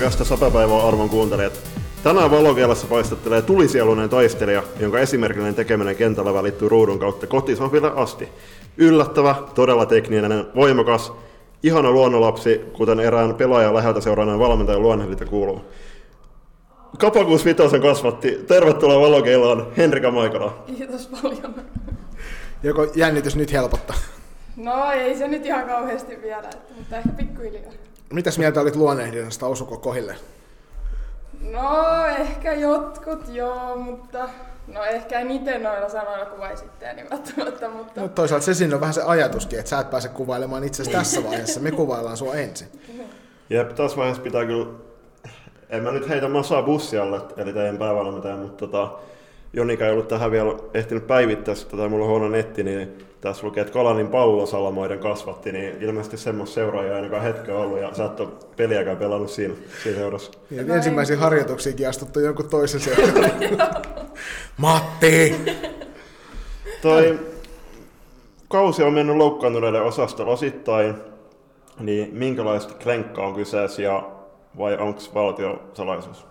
Loistokästä satapäivää arvon kuuntelijat. Tänään Valokeilassa paistattelee tulisieluinen taistelija, jonka esimerkillinen tekeminen kentällä välittyy ruudun kautta kotisohville asti. Yllättävä, todella tekninen, voimakas, ihana luonnonlapsi, kuten erään pelaajan läheltä seuraajan valmentajan luonnehdinta kuuluu. Kapa 65 kasvatti. Tervetuloa Valokeilaan, Henrika Maikola. Kiitos paljon. Joko jännitys nyt helpottaa? No ei se nyt ihan kauheasti vielä, mutta ehkä pikkuhiljaa. Mitäs mieltä olit luonnehdinnasta, osuko kohille? No ehkä jotkut joo, mutta no ehkä en itse noilla sanoilla kuvaisi itseäni välttämättä, mutta... No, toisaalta se siinä on vähän se ajatuskin, että sä et pääse kuvailemaan itsesi tässä vaiheessa, me kuvaillaan sua ensin. Jep, tässä vaiheessa pitää kyllä... En mä nyt heitä masaa bussialle, eli teidän päävalmentaja, mutta Jonika ei ollut tähän vielä ehtinyt päivittää sitä, tai mulla on huono netti, niin tässä lukee, että Kalanin pallosalamoiden kasvatti, niin ilmeisesti semmoista seuraajaa ainakaan hetken ollut, ja sä et ole peliäkään pelannut siinä seurassa. Niin, ensimmäisiin harjoituksiinkin astuttu jonkun toisen seuraan. Matti! Toi kausi on mennyt loukkaantuneiden osastolla osittain, niin minkälaista klenkkaa on kyseessä, vai onko valtiosalaisuus?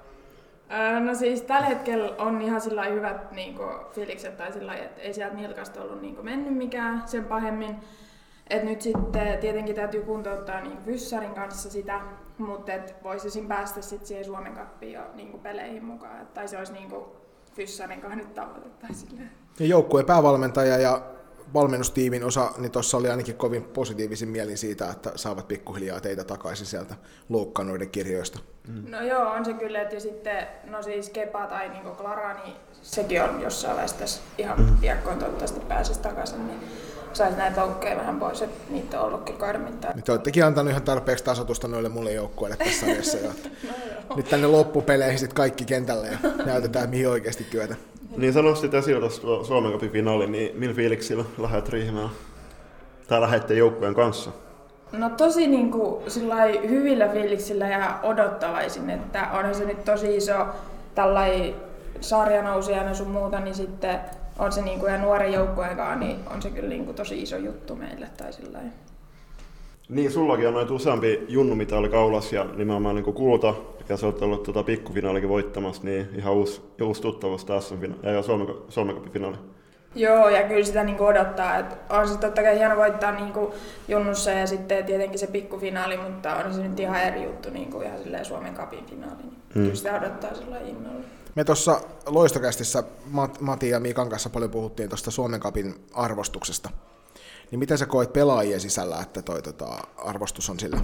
No siis tällä hetkellä on ihan sillä hyvät fiilikset, tai sillä että ei sieltä nilkasta ollut mennyt mikään sen pahemmin. Et nyt sitten tietenkin täytyy kuntouttaa fyssarin kanssa sitä, mutta voisisin päästä sitten siihen Suomen Cupiin jo peleihin mukaan. Tai se olisi fyssarin kanssa nyt tavoitetta. Joukkueen päävalmentaja ja valmennustiimin osa, niin tuossa oli ainakin kovin positiivisin mielin siitä, että saavat pikkuhiljaa teitä takaisin sieltä loukkaannuiden kirjoista. No joo, on se kyllä, että sitten, no siis Kepa tai Klara, niin sekin on jossain vaiheessa tässä ihan piakkoin toivottavasti pääsisi takaisin, niin saisi näitä loukkeja vähän pois, että niitä on ollutkin karmittaa. Te olettekin antanut ihan tarpeeksi tasoitusta noille mulle joukkueille tässä sarjassa. Nyt tänne loppupeleihin sitten kaikki kentälle ja näytetään, mihin oikeasti kyetä. Niin sä nostit esille tuosta Suomen Cupin finaalin, niin millä fiiliksillä lähdet Riihimäellä? Tai lähdette joukkueen kanssa? No tosi hyvillä fiiliksillä ja odottavaisin, että onhan se nyt tosi iso tällainen sarjanousijana sun muuta, niin sitten on se ja nuoren joukkueenkaan, niin on se kyllä tosi iso juttu meille tai sillain. Niin, sullakin on noita useampi junnumitali kaulas ja nimenomaan kulta, ja sä oot ollut pikkufinaalikin voittamassa, niin ihan uusi tuttavuus tässä ja Suomen Cupin finaali. Joo, ja kyllä sitä odottaa, että on se totta kai hieno voittaa junnussa ja sitten tietenkin se pikkufinaali, mutta on se nyt ihan eri juttu ihan Suomen Cupin finaali, niin kyllä sitä odottaa sillä innolla. Me tuossa Loistokästissä Matin ja Mikan kanssa paljon puhuttiin tuosta Suomen Cupin arvostuksesta. Niin miten sä koet pelaajien sisällä, että toi arvostus on sillä?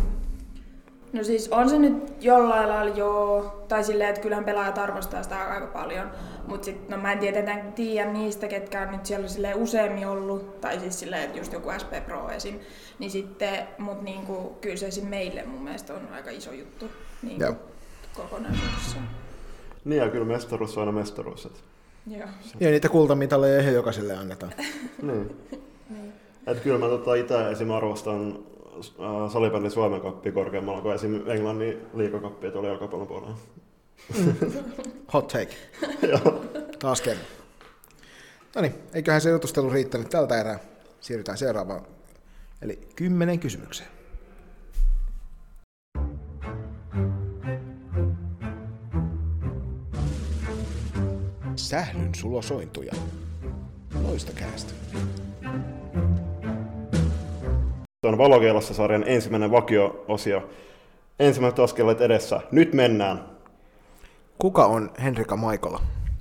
No siis on se nyt jollain lailla joo, tai silleen, että kyllähän pelaajat arvostaa sitä aika paljon, mutta sitten mä en tietenkään tiedä niistä, ketkä on nyt siellä silleen useammin ollut, tai siis silleen, että just joku SP Pro esim, niin sitten, mutta kyllä se meille mun mielestä on aika iso juttu kokonaisuudessaan. Niin ja kyllä mestaruus on aina mestaruus. Joo. Ja niitä kultamitaleja ihan jokaiselle annetaan. Niin. Että kyllä mä itse esim. Arvostan salibändin Suomen Cupia korkeammalla kuin esim. Englannin liigakappia tuolla jalkapallon puolella. Hot take. Taas kerran. Noniin, eiköhän se jutustelu riittänyt tältä erää. Siirrytään seuraavaan. Eli 10 kysymykseen. Sählyn sulosointuja. Loistokäästä. On Valokeilassa sarjan ensimmäinen vakio-osio. Ensimmäiset askeleet edessä. Nyt mennään. Kuka on Henrika Maikola?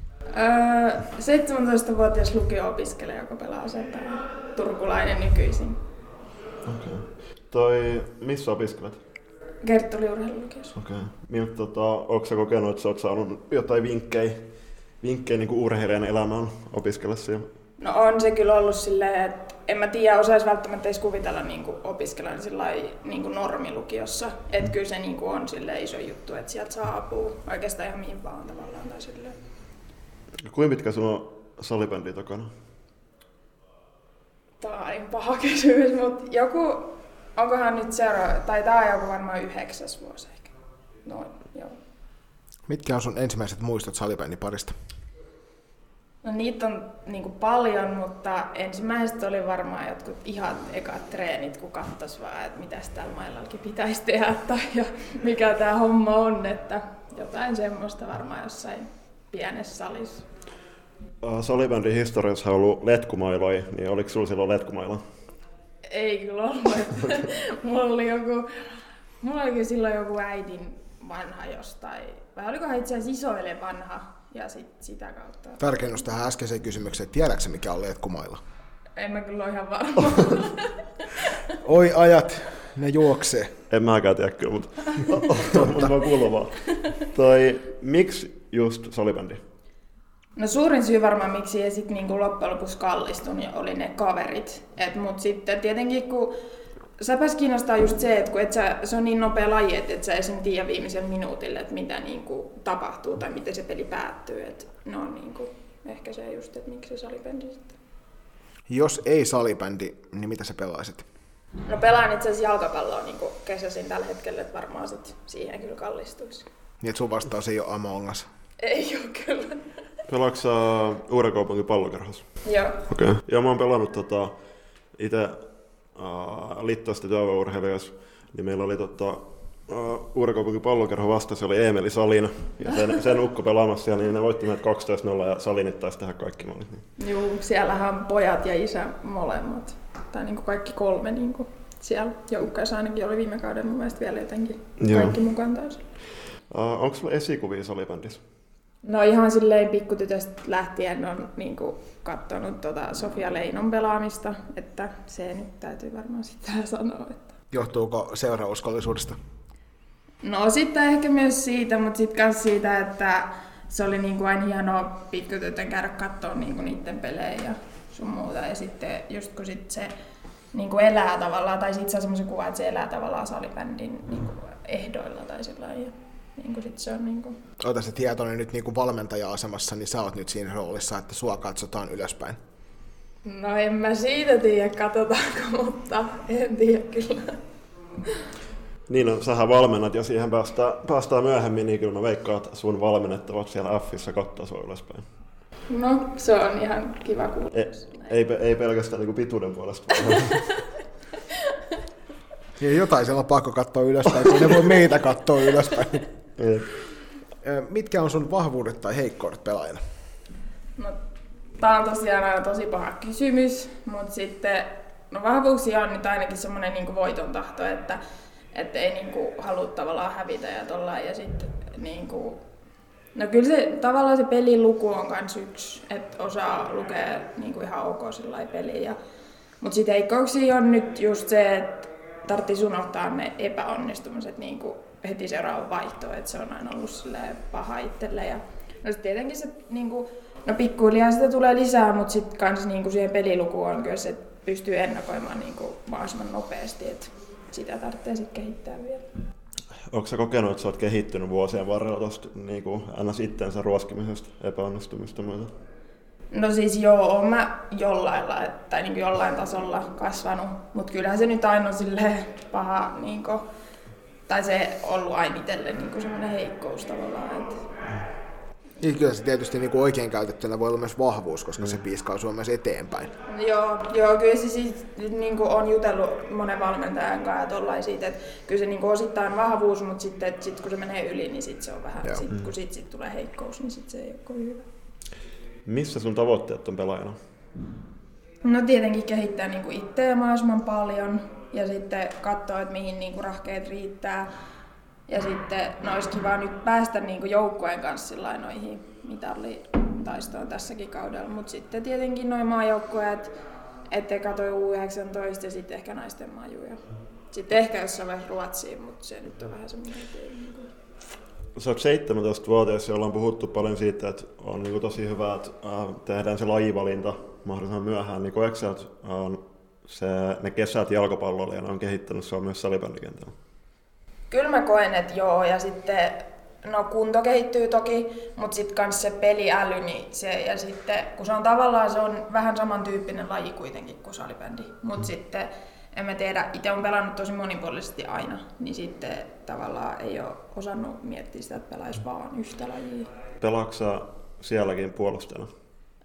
17-vuotias lukio-opiskelija, joka pelaa aseita. Turkulainen nykyisin. Okei. Missä opiskelet? Kerttuli urheilulukiossa. Okei. Oletko sä kokenut, että sä oot saanut jotain vinkkejä urheilijan elämään opiskellessa? No on se kyllä ollut silleen, että en mä tiedä, osaisi välttämättä edes kuvitella opiskella normilukiossa. Että kyllä se on silleen iso juttu, että sieltä saa apua oikeastaan ihan mihin vaan tavallaan tai silleen. Kuinka pitkä sun on salibändiä takana? Tää on paha kysymys, mutta onkohan nyt tää on joku varmaan 9. vuosi ehkä. Noin, joo. Mitkä on sun ensimmäiset muistot salibändin parista? No niitä on niinku paljon, mutta ensimmäiset oli varmaan jotkut ihan ekat treenit, kun katsois vaan, että mitäs täällä mailallakin pitäisi tehdä tai mikä tää homma on, että jotain semmoista varmaan jossain pienessä salissa. Salibändin historiassa on ollut letkumailoja, niin oliko sulla silloin letkumaila? Ei kyllä ollut. Mulla oli silloin joku äidin vanha jostain, vai olikohan itse asiassa isoille vanha, ja sitä kautta. Tarkennus tähän äskeiseen kysymykseen, tiedätkö mikä on letkumailla? En mä kyllä ole ihan varma. Oi ajat, ne juoksee. En mäkään tiedä kyllä, mutta mä kuulun vaan. Miksi just salibändi? No suurin syy varmaan miksi ei sit niinku loppujen lopuksi kallistun oli ne kaverit. Mut sitten tietenkin kun säpäs kiinnostaa just se, että kun se on niin nopea laji, että et sä esim. Tiedä viimeisen minuutille, että mitä niinku tapahtuu tai miten se peli päättyy. Et ne on niinku ehkä se just, että miksi se salibändi sitten. Jos ei salibändi, niin mitä sä pelaisit? No pelaan itse asiassa jalkapalloa niinku kesäisin tällä hetkellä, että varmaan sit siihen kyllä kallistuisi. Niin et sun vastaus ei ole Among Us? Ei oo kyllä. Pelaatko sä Uudenkaupungin pallokerhossa? Joo. Okei. Okay. Joo, mä oon pelannut itse Littoisten työväurheilijassa, niin meillä oli Uudenkaupungin pallokerho vasta, se oli Eemeli Salina, ja sen ukko pelaamassa siellä, niin ne voitti meidät 12-0 ja Salinit taisi tehdä kaikki maalit. Niin. Juu, siellähän on pojat ja isä molemmat, tai niinku kaikki kolme niinku siellä joukkueessa ainakin oli viime kauden mun mielestä vielä jotenkin kaikki mukaan taas. Onko sulla esikuvia salibändissä? No ihan silleen pikkutytöstä lähtien on niinku katsonut Sofia Leinon pelaamista, että se nyt täytyy varmaan sitten sanoa. Että... Johtuuko seurauskollisuudesta? No sitten ehkä myös siitä, mutta sitten myös siitä, että se oli niinku aina hienoa pikkutytön käydä katsoa niinku niiden pelejä ja sun muuta. Ja sitten just kun sit se niinku elää tavallaan, tai sit saa semmoisen kuvan, että se elää tavallaan salibändin niinku ehdoilla tai sellainen. Niin sit se on niinku... Oota se tietoinen nyt niinku valmentaja-asemassa, niin sä oot nyt siinä roolissa, että sua katsotaan ylöspäin. No en mä siitä tiedä, katsotaanko, mutta en tiedä kyllä. Niin, no sähän valmennat ja siihen päästään myöhemmin, niin kyllä mä veikkaan, että sun valmennettavat siellä F:ssä katsoo sua ylöspäin. No, se on ihan kiva kuulla. Ei pelkästään niinku pituuden puolesta. Ja jotain siellä on pakko katsoa ylöspäin, kun ne voi meitä katsoa ylöspäin. Mitkä on sun vahvuudet tai heikkoudet pelaajana? No, tää on tosiaan aina tosi paha kysymys, mutta sitten vahvuuksia on nyt ainakin semmoinen niinku voiton tahto, että ei niinku halua tavallaan hävitä ja tollain. Ja sitten niinku, no kyllä se tavallaan se pelin luku on kans yksi, että osaa lukea niinku ihan ok sillai peliä. Mutta sitten heikkouksia on nyt just se, että tarvitsisi unohtaa ne epäonnistumiset niin kuin heti seuraavan vaihtoon, että se on aina ollut paha itselle. Ja no sitten tietenkin se niin kuin, no pikkuhiljaa sitä tulee lisää, mutta sitten kans niin kuin siihen pelilukuun on kyllä se, että pystyy ennakoimaan niin kuin mahdollisimman nopeasti, että sitä tarvitsee sitten kehittää vielä. Onko sä kokenut, että sä oot kehittynyt vuosien varrella tuosta niin ns. Itsensä ruoskimisesta epäonnistumista myötä? No siis joo, oon mä jollain tasolla kasvanut, mutta kyllähän se nyt aina on silleen paha, niinku, tai se on ollut aina itselle niinku semmoinen heikkous tavallaan. Että... Niin kyllä se tietysti niinku oikein käytettynä voi olla myös vahvuus, koska se piiskaa sua myös eteenpäin. Joo, kyllä se siis niinku on jutellut monen valmentajan kanssa ja tollain siitä, että kyllä se niinku osittain vahvuus, mutta sitten kun se menee yli, niin sit se on vähän, kun sit tulee heikkous, niin sit se ei ole kovin hyvä. Missä sun tavoitteet on pelaajana? No tietenkin kehittää niinku itseä mahdollisimman paljon ja sitten katsoa, että mihin niinku rahkeet riittää. Ja sitten olisi kiva nyt päästä niinku joukkueen kanssa noihin mitalitaistoon tässäkin kaudella. Mutta sitten tietenkin noin maajoukkueet, ettei katso U19 ja sitten ehkä naisten maajuja. Sitten ehkä jossain vaiheessa Ruotsiin, mutta se nyt on vähän semmoinen... Sä oot 17-vuotias ja ollaan puhuttu paljon siitä, että on niin tosi hyvä, että tehdään se lajivalinta mahdollisimman myöhään. Niin koetko sä, että ne kesät jalkapalloilijana on kehittänyt sua myös salibändikentällä? Kyllä mä koen, että joo. Ja sitten kunto kehittyy toki, mutta sitten kans se peliäly, niin ja sitten kun se on vähän samantyyppinen laji kuitenkin kuin salibändi. Mutta sitten en mä tiedä, itse on pelannut tosi monipuolisesti aina, niin sitten tavallaan ei ole osannut miettiä sitä, että pelaisi vaan yhtä lajia. Pelaatko sä sielläkin puolustajana?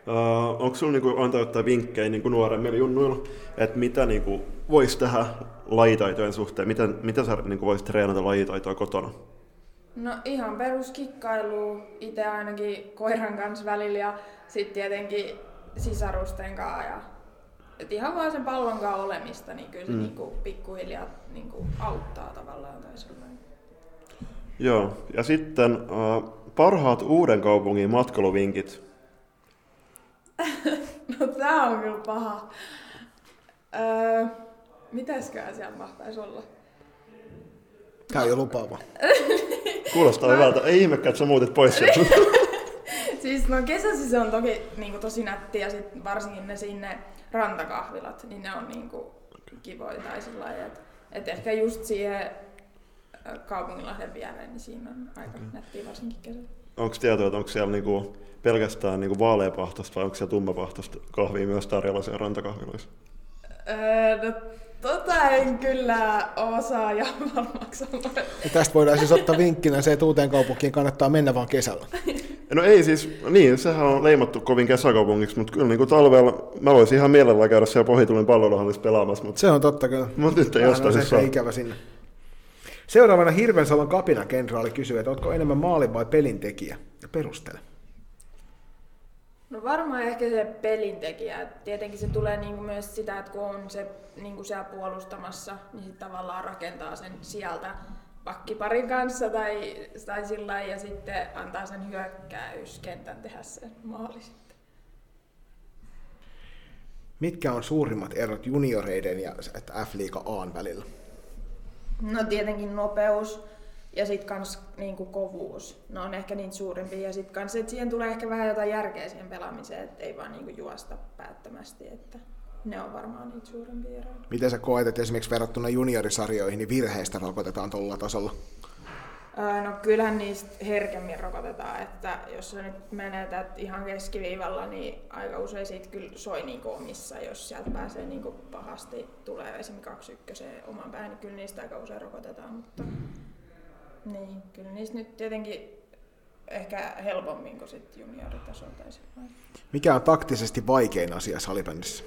Onko sinulla niinku antaa jotain vinkkejä niinku nuoremmille junnuilla, että mitä niinku voisi tehdä lajitaitojen suhteen? Mitä sä niinku voisit treenata lajitaitoa kotona? No ihan peruskikkailu, itse ainakin koiran kanssa välillä ja sitten tietenkin sisarusten kanssa. Ja, et ihan vaan sen pallon kanssa olemista, niin kyllä se niinku pikkuhiljaa niinku auttaa tavallaan tai sellainen. Joo, ja sitten parhaat Uudenkaupungin matkailuvinkit. No tää on kyllä paha. Mitäskään siellä mahtaisi olla? Tää on jo lupaava. Kuulostaa hyvältä. Ei ihmekään, että sä muutit pois sieltä. Siis no kesäsi se on toki niinku tosi nätti ja sit varsinkin ne sinne rantakahvilat, niin ne on niinku kivoja tai sillai, et ehkä just siihen Kaupunginlahden viereen, niin siinä on aika nättiä varsinkin kesällä. Onko tietoa, että onko siellä niinku pelkästään niinku vaaleapahtoista vai onko siellä tummapahtoista kahvia myös tarjolla siellä rantakahviloissa? No tota en kyllä osaa ja varmaksi sanoa. Ja tästä voidaan siis ottaa vinkkinä se, että Uuteenkaupunkiin kannattaa mennä vaan kesällä. No ei siis, niin sehän on leimattu kovin kesäkaupungiksi, mutta kyllä niinku talvella mä voisin ihan mielellään käydä siellä Pohjatulin palloiluhallissa pelaamassa. Mutta se on totta kyllä. Mutta nyt ei jostain siis saa. Ikävä sinne. Seuraavana Hirvensalon kapinakenraali kysyy, että ootko enemmän maalin vai pelintekijä? Ja perustele. No varmaan ehkä se pelintekijä. Tietenkin se tulee niinku myös sitä, että kun on se niinku siellä puolustamassa, niin sit tavallaan rakentaa sen sieltä pakkiparin kanssa tai sillä ja sitten antaa sen hyökkäyskentän tehdä sen maali sitten. Mitkä on suurimmat erot junioreiden ja F-liiga A:n välillä? No tietenkin nopeus ja sitten kans niinku kovuus. Ne on ehkä niitä suurimpia ja sitten kans, että siihen tulee ehkä vähän jotain järkeä siihen pelaamiseen, että ei vaan niinku juosta päättömästi, että ne on varmaan niitä suurimpia eroja. Miten sä koet, että esimerkiksi verrattuna juniorisarjoihin, niin virheistä rokotetaan tuolla tasolla? No kyllähän niistä herkemmin rokotetaan, että jos sä nyt menetät ihan keskiviivalla, niin aika usein siitä kyllä soi niinku omissa, jos sieltä pääsee niinku pahasti, tulee esimerkiksi 2-1 oman päin, niin kyllä niistä aika usein rokotetaan, mutta niin, kyllä niistä nyt tietenkin ehkä helpommin kuin sit junioritasolla tai sellainen. Mikä on taktisesti vaikein asia salibändissä?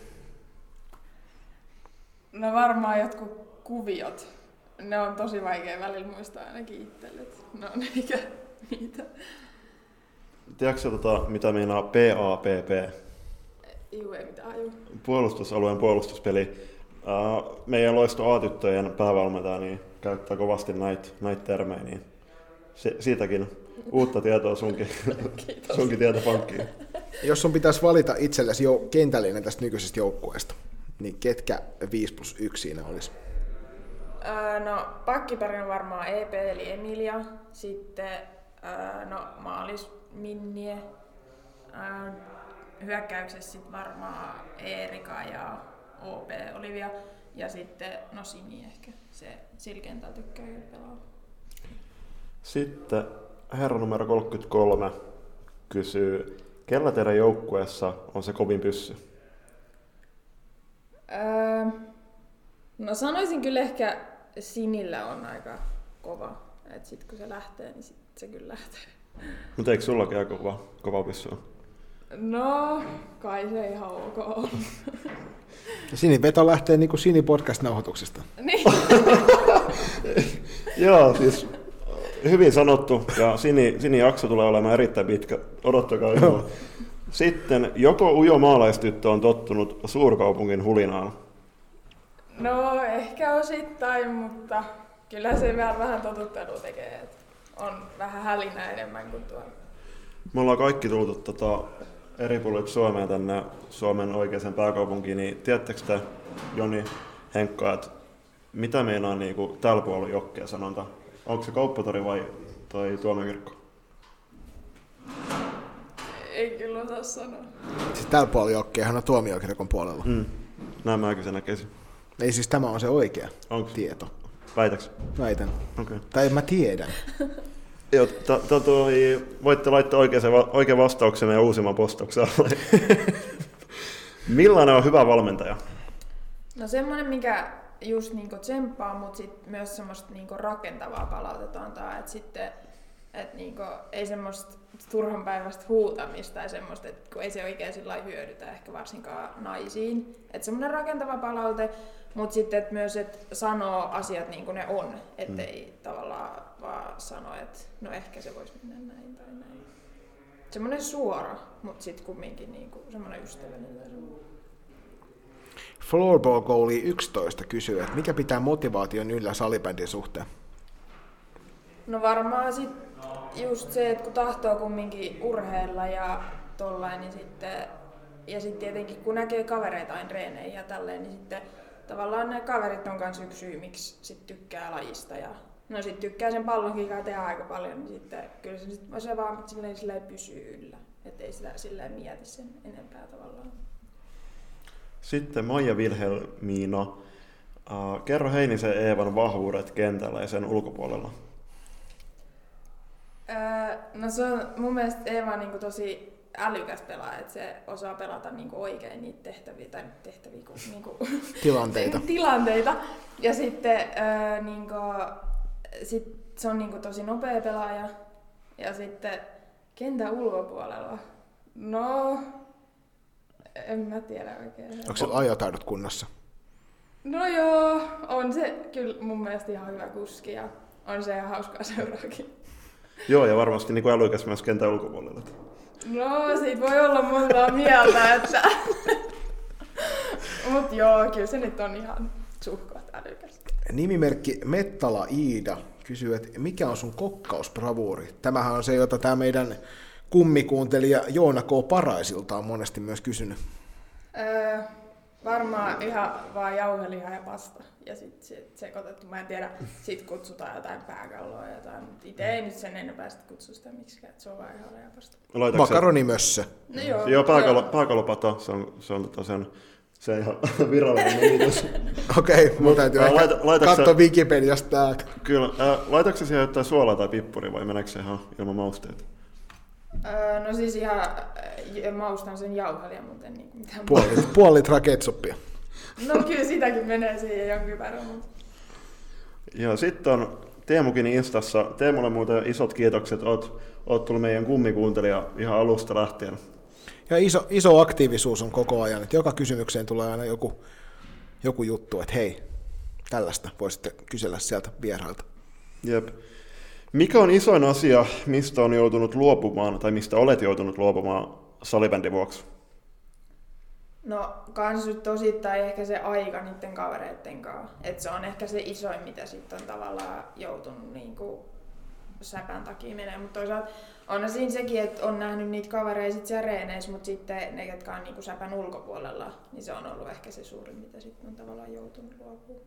No varmaan jotkut kuviot. Ne on tosi vaikea välillä muistaa ainakin itselle. No eikä niitä. Tiedätkö mitä meinaa PAPP? Juu, ei mitään aju. Puolustusalueen puolustuspeli. Meidän Loisto A-tyttöjen päävalmentaja niin käyttää kovasti näitä termejä, niin siitäkin uutta tietoa sunkin tietopankkiin. Jos sun pitäisi valita itsellesi kentällinen tästä nykyisestä joukkueesta, niin ketkä 5+1 siinä olisi? No pakkiparin on varmaan EP eli Emilia, sitten maalis Minnie, hyökkäyksessä sitten varmaan Eerika ja OP Olivia ja sitten Sini ehkä, se sillä kentällä tykkää pelaa. Sitten herra numero 33 kysyy, kellä teidän joukkueessa on se kovin pyssy? No sanoisin kyllä ehkä Sinillä on aika kova, että sit kun se lähtee, niin sit se kyllä lähtee. Mutta eikö sullakin aika kova pyssy on? No, kai se ihan ok on. Sinin veto lähtee niin kuin Sini podcast-nauhoituksesta. Niin. Joo, siis hyvin sanottu ja Sini jakso tulee olemaan erittäin pitkä. Odottakaa hyvää. Sitten joko ujo maalaistyttö on tottunut suurkaupungin hulinaan? No ehkä osittain, mutta kyllä se vähän totuttelua tekee. Että on vähän hälinää enemmän kuin tuolla. Me ollaan kaikki tullut eri puolilta Suomea tänne Suomen oikeaan pääkaupunkiin, niin tiedättekö te, Joni, Henkka, että mitä meinaa niinku tällä puolella jokea sanonta? Onko se Kauppatori vai Tuomiokirkko? Ei kyllä osaa sanoa. Siis tällä puolella jokkeahan on Tuomiokirkon puolella. Näin mäkin se näkisin. Ei siis tämä on se oikea tieto. Väitäks? Väitän. Okay. Tai mä tiedän. Joo, voitte laittaa oikean vastauksen meidän uusimman postauksen alle. Millainen on hyvä valmentaja? No semmoinen, mikä just niinku tsemppaa, mutta sit myös semmoista niinku rakentavaa palautetta antaa, että sitten Et niinku, ei semmoista turhanpäiväistä huutamista tai semmoista, että kun ei se oikein sillä hyödytä ehkä varsinkaan naisiin. Että semmoinen rakentava palaute, mutta sitten et myös, että sanoo asiat niin kuin ne on. Ettei tavallaan vaan sano, että no ehkä se voisi mennä näin tai näin. Semmoinen suora, mutta sitten kumminkin niinku semmoinen ystävällinen tai semmoinen. Floorball Goalie 11 kysyy, että mikä pitää motivaation yllä salibändin suhteen? No varmaan sit just se, että kun tahtoo kumminkin urheilla ja tollain, niin sitten, ja sitten tietenkin kun näkee kavereita aina treeneihin ja tälleen, niin sitten tavallaan ne kaverit on kans yksi syy, miksi sit tykkää lajista. Ja no sit tykkää sen pallonkin tehdä aika paljon, niin sitten kyllä se vaan silleen pysyy yllä. Että ei sitä silleen mieti sen enempää tavallaan. Sitten Maija Vilhelmiina. Kerro Heinisen Eevan vahvuudet kentällä ja sen ulkopuolella. No se on mun mielestä Eeva on niinku tosi älykäs pelaaja, että se osaa pelata niinku oikein niitä tehtäviä niinku tilanteita. Ja sitten sit se on niinku tosi nopea pelaaja. Ja sitten kentän ulkopuolella. No, en mä tiedä oikein. Onko se ajotaidot kunnossa? No joo, on se kyllä mun mielestä ihan hyvä kuski ja on se ihan hauskaa seuraakin. Joo, ja varmasti niin kuin älykäs myös kentän ulkopuolella. No, siitä voi olla montaa mieltä, että... Mut joo, kyllä se nyt on ihan suhkoht älykäs. Nimimerkki Mettala Iida kysyy, että mikä on sun kokkausbravuuri? Tämähän on se, jota tämä meidän kummikuuntelija Joona K. Paraisilta on monesti myös kysynyt. Varmaan ihan vaan jauheliha ja pasta. Ja sit sekoitettu. Mä en tiedä, sit kutsutaan jotain pääkalloa ja jotain. Itse ei nyt sen enempää sit kutsu sitä miksikään, että se on vaan jauheliha ja pasta. Makaronimössö. No joo. Joo, pääkallopata, se on ihan virallinen nimitys. Okei, mun täytyy katsoa Wikipediasta täältä. Kyllä. Laitatko se siihen jotain suolaa tai pippuria vai meneekö se ihan ilman mausteita? No siis ihan maustan sen jauhelijan, mutta en niinku mitään puoli litraa ketsuppia. No kyllä sitäkin menee siihen jonkin verran. Mutta... Ja sitten on Teemukin Instassa. Teemulle muuten isot kiitokset. Oot tullut meidän kummikuuntelija ihan alusta lähtien. Ja iso aktiivisuus on koko ajan. Että joka kysymykseen tulee aina joku juttu, että hei, tällaista voisitte kysellä sieltä vierailta. Jep. Mikä on isoin asia, mistä on joutunut luopumaan, tai mistä olet joutunut luopumaan salibändin vuoksi? No kans nyt tosittain ehkä se aika niiden kavereitten kanssa. Et se on ehkä se isoin, mitä sitten on tavallaan joutunut niinku säpän takia menee. Mutta toisaalta on siinä sekin, että on nähnyt niitä kavereita sit siellä reeneissä, mutta sitten ne, jotka on niinku säpän ulkopuolella, niin se on ollut ehkä se suurin, mitä sitten on tavallaan joutunut luopumaan.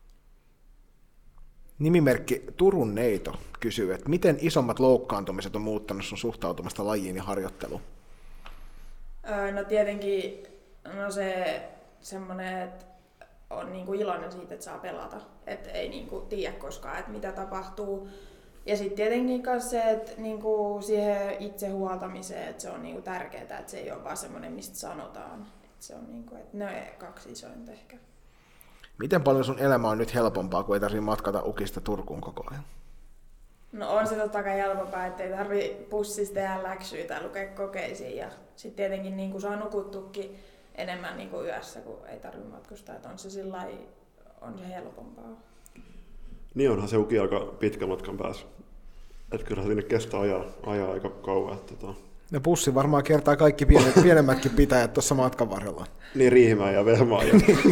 Nimimerkki Turun Neito kysyy, että miten isommat loukkaantumiset on muuttanut sun suhtautumasta lajiin ja harjoitteluun? No tietenkin se semmoinen, että on niinku iloinen siitä, että saa pelata. Että ei niinku tiedä koskaan, että mitä tapahtuu. Ja sitten tietenkin myös se, että niinku siihen itse huoltamiseen, että se on niinku tärkeää, että se ei ole vaan semmoinen, mistä sanotaan. Et se on niinku, että ne kaksi isointa ehkä. Miten paljon sun elämä on nyt helpompaa, kun ei tarvitse matkata Ukista Turkuun koko ajan? No on se totta kai helpompaa, ettei tarvitse bussista tehdä läksyä tai lukea kokeisiin. Ja sitten tietenkin niin kuin saa nukuttukin enemmän niin kuin yössä, kun ei tarvitse matkustaa. Että on se sillai, on se helpompaa. Niin onhan se Uki aika pitkän matkan päässä. Että kyllä sinne kestää ajaa aika kauan. No bussi varmaan kertaa kaikki pienemmätkin pitäjät tuossa matkan varrella. Niin Riihimäen ja Vehmaan.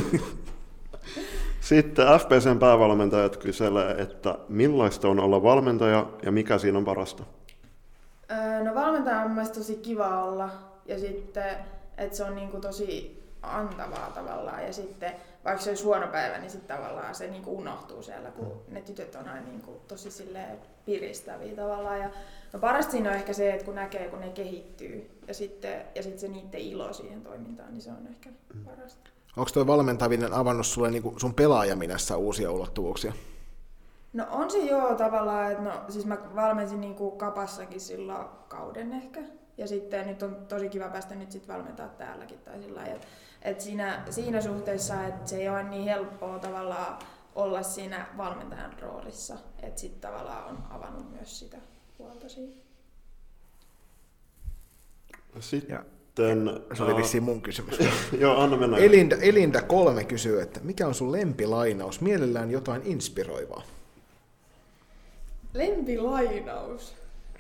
Sitten FPC:n päävalmentajat kyselee, että millaista on olla valmentaja ja mikä siinä on parasta? No valmentaja on mielestäni tosi kiva olla ja sitten, että se on niinku tosi antavaa tavallaan ja sitten vaikka se olisi huono päivä, niin sitten tavallaan se niinku unohtuu siellä, kun ne tytöt on aina niinku tosi silleen piristäviä tavallaan. Ja no parasta siinä on ehkä se, että kun näkee, kun ne kehittyy ja sitten se niiden ilo siihen toimintaan, niin se on ehkä parasta. Onko tuo valmentaminen avannut sulle niin sun pelaajaminässä uusia ulottuvuuksia? No on se joo tavallaan, että siis mä valmensin niinku Kapassakin silloin kauden ehkä. Ja sitten nyt on tosi kiva päästä nyt sit valmentaa täälläkin tai sillä lailla. Et siinä suhteessa, että se ei ole niin helppoa tavallaan olla siinä valmentajan roolissa. Että sitten tavallaan on avannut myös sitä. huolta siitä. Sitten... Se oli vissiin mun kysymys. Joo, anna mennä. Elinda 3 kysyy, että mikä on sun lempilainaus? Mielellään jotain inspiroivaa. Lempilainaus?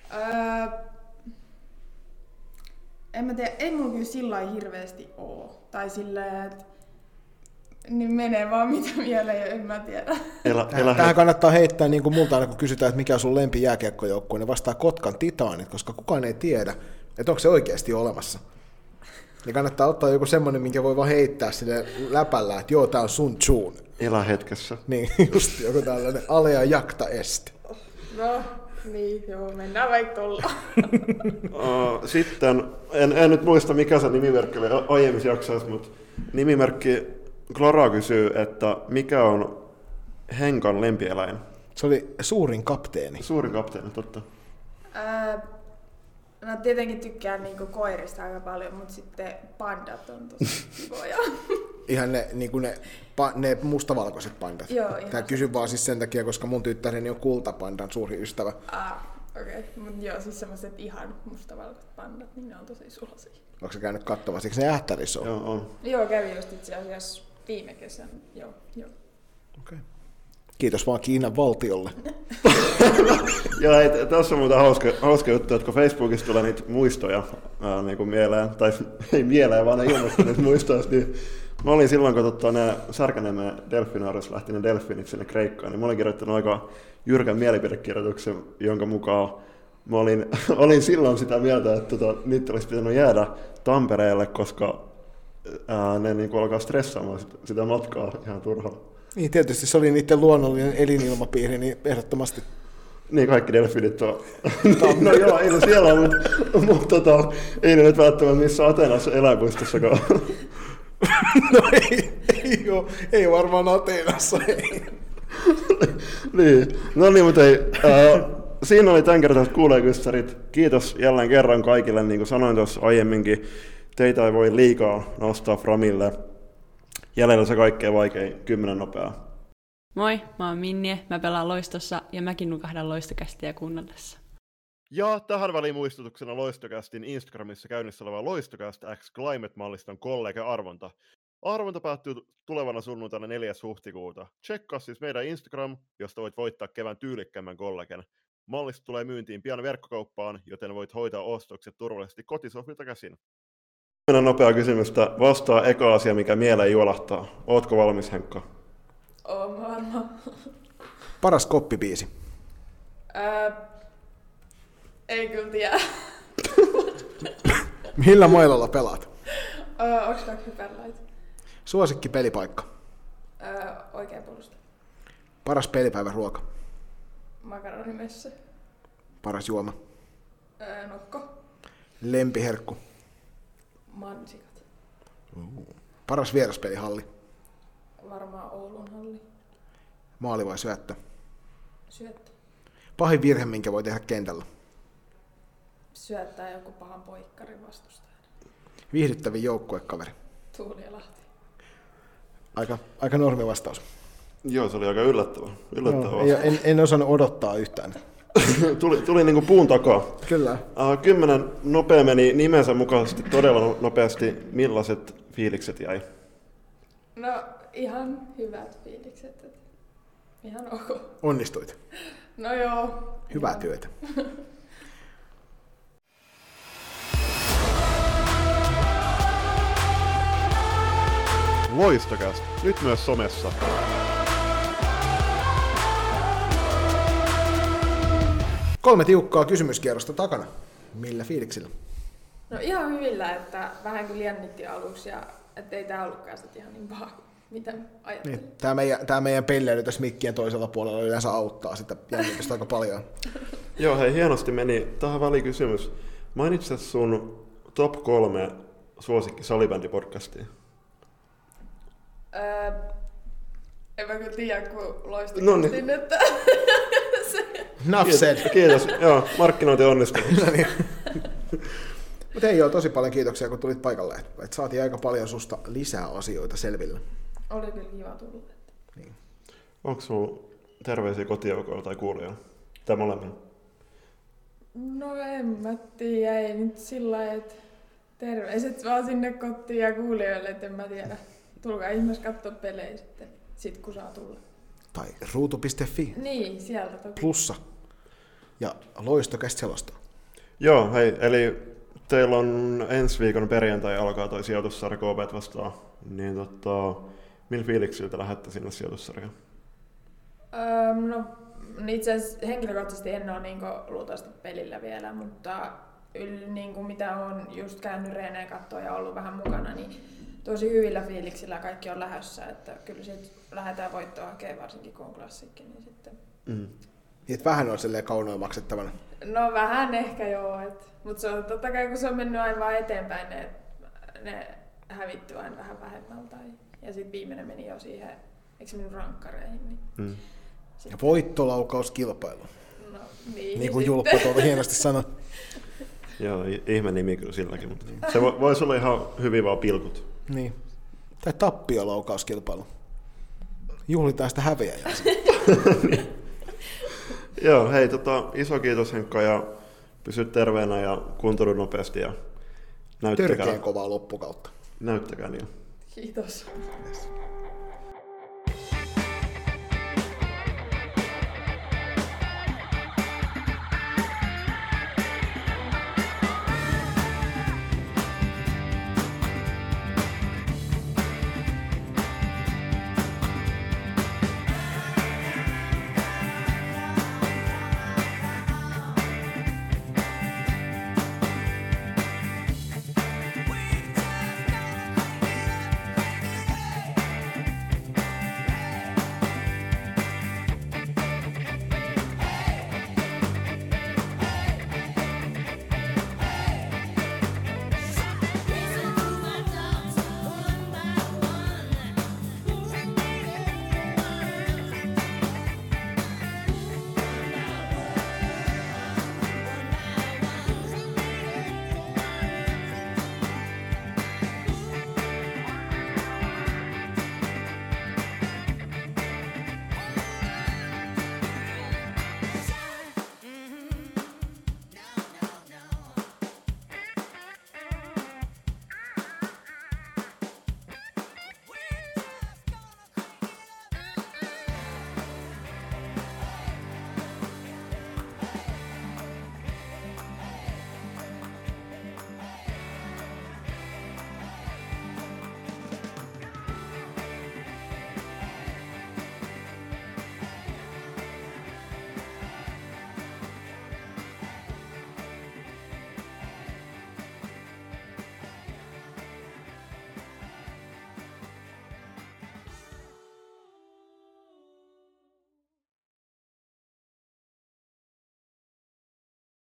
En mä tiedä, ei mulla kyllä sillä lailla hirveästi oo. Tai silleen, että niin menee vaan mitä mieleen, en mä tiedä. Tähän kannattaa heittää niin kuin multa aina, kun kysytään, että mikä on sun lempi jääkiekkojoukkue, ne vastaa Kotkan Titaanit, koska kukaan ei tiedä, että onko se oikeasti olemassa. Niin kannattaa ottaa joku semmoinen, minkä voi vaan heittää sille läpällä, että joo, tää on sun tune. Elä hetkessä. Niin, just joku tällainen alea jakta est. No, niin, joo, mennään vaikka tuolla. Sitten, en nyt muista mikä se nimimerkki oli aiemmissa jaksoissa, mutta nimimerkki Clara kysyy, että mikä on Henkan lempieläin? Se oli suurin kapteeni. Suurin kapteeni, totta. No tietenkin tykkään niinku koirista aika paljon, mutta sitten pandat on tosi kivoja. Ihan ne mustavalkoiset pandat. Joo, Tää kysyn vaan siis sen takia, koska mun tyttäreni on kultapandan suuri ystävä. Okei. Mut joo, siis semmoiset ihan mustavalkoiset pandat, niin ne on tosi sulosia. Onko sä käynyt katsomassa? Eikö ne Ähtärissä ole? Joo, on. Joo, kävin just itse asiassa viime kesän. Joo. Okay. Kiitos vaan Kiinan valtiolle. Joo, tässä on muuten hauska juttu, että kun Facebookissa tulee niitä muistoja niin kuin mieleen, tai ei mieleen, vaan ne ilmoittaa niitä muistoja, niin mä olin silloin, kun ne Särkänniemen delfinaarissa lähti ne delfinit sinne Kreikkaan, niin mä olin kirjoittanut aika jyrkän mielipidekirjoituksen, jonka mukaan mä olin silloin sitä mieltä, että niitä olisi pitänyt jäädä Tampereelle, koska ne niin kuin alkaa stressaamaan sitä matkaa ihan turhaan. Niin, tietysti se oli niiden luonnollinen elinilmapiiri, niin ehdottomasti. Niin, kaikki delfinit on. No joo, ei ne siellä ole, mutta ei ne nyt välttämättä missään Ateenassa eläinpuistossakaan. No ei varmaan Ateenassa, ei. Niin, no niin, mutta ei. Siinä oli tämänkertaiset kuuleekyssärit. Kiitos jälleen kerran kaikille, niin kuin sanoin tuossa aiemminkin. Teitä ei voi liikaa nostaa framille. Jäljellä se kaikkein vaikein 10 nopeaa. Moi, mä oon Minnie, mä pelaan Loistossa ja mäkin nukahdan Loistokästiä kuunnellessa. Ja tähän väliin muistutuksena Loistokästin Instagramissa käynnissä oleva Loistokäst X Climate-malliston kollega-arvonta. Arvonta päättyy tulevana sunnuntaina 4. huhtikuuta. Tsekkaa siis meidän Instagram, josta voit voittaa kevään tyylikkämmän kollegen. Mallisto tulee myyntiin pian verkkokauppaan, joten voit hoitaa ostokset turvallisesti kotisohvilta käsin. 10 nopeaa kysymystä. Vastaa eka asia, mikä mieleen juolahtaa. Ootko valmis, Henkka? Oon varmaan. Paras koppibiisi. Ei kyllä tiedä. Millä mailalla pelaat? Onks vaikka hyperlaita? Suosikki pelipaikka. Oikea puolusta. Paras pelipäivän ruoka. Makaronimessa. Paras juoma. Nokko. Lempiherkku. Mansikat. Paras vieraspelihalli. Varmaan Oulun halli. Maali vai syöttö? Syöttö. Pahin virhe, minkä voi tehdä kentällä. Syöttää joku pahan poikkarin vastustajan. Viihdyttävin joukkuekaveri. Tuuli ja Lahti. Aika normi vastaus. Joo, se oli aika yllättävä No, en osannut odottaa yhtään. tuli niin kuin puun takaa. Kyllä. 10 nopea meni nimensä mukaisesti todella nopeasti. Millaiset fiilikset jäi? No ihan hyvät fiilikset. Ihan ok. Onnistuit. No joo. Hyvää työtä. Loistokäst, nyt myös somessa. Kolme tiukkaa kysymyskierrosta takana. Millä fiiliksillä? No ihan hyvillä, että vähän kyllä jännitti aluksi ja ettei tää ollutkaan sit ihan niin paha, mitä ajattelin. Niin, tää meidän pelleily tässä mikkien toisella puolella yleensä auttaa sitä jännitystä aika paljon. Joo, hei, hienosti meni. Tähän välikysymys. Mainitse sun top 3 suosikki salibändipodcastia. En mä kyllä tiedä, kun loistokästin, Noniin. että Enough said. Kiitos. Joo, markkinointi onnistunut. No niin. Mutta hei joo, tosi paljon kiitoksia, kun tulit paikalle. Et saatiin aika paljon susta lisää asioita selville. oli kyllä kiva tulla. Niin. Onko sulla terveisiä kotijoukoilla tai kuulijoilla? Tai molemmin? No en mä tiedä, ei nyt sillä lailla, että terveiset vaan sinne kotiin ja kuulijoille, että en mä tiedä. Tulkaa ihmeessä katsoa pelejä sitten kun saa tulla. Tai ruutu.fi. Niin, sieltä toki. Plussa. Ja Loistokästä selosta. Joo, hei, eli teillä on ensi viikon perjantai alkaa toi sijoitussarja KP:t vastaan, niin millä fiiliksiltä lähdette sinne sijoitussarjaan? No itse asiassa henkilökohtaisesti en ole niin luultavasti pelillä vielä, mutta niin mitä olen just käynyt reeneen katsoa ja ollut vähän mukana, niin tosi hyvillä fiiliksillä kaikki on lähdössä, että kyllä sit lähdetään voittoa hakemaan, varsinkin kun on klassikki, niin sitten. Niin, että vähän on silleen kaunoin maksettavana. No vähän ehkä joo, mutta se on totta kai kun se on mennyt aina vaan eteenpäin, ne hävittyy aina vähän vähemmältä. Ja sitten viimeinen meni jo siihen, eikö se mennyt rankkareihin? Niin ja voittolaukauskilpailu. No, niin kuin Julppa tuolta hienosti sanoi. Joo, ihme nimi kyllä silläkin, mutta se voisi olla ihan hyvin vaan pilkut. Niin. Tai tappiolaukauskilpailu. Juhlitaan sitä häviäjää. Joo, hei, iso kiitos Henkka ja pysy terveenä ja kuntoudu nopeasti ja näyttäkää. Törkeän kovaa loppukautta. Näyttäkää niin. Kiitos. Yes.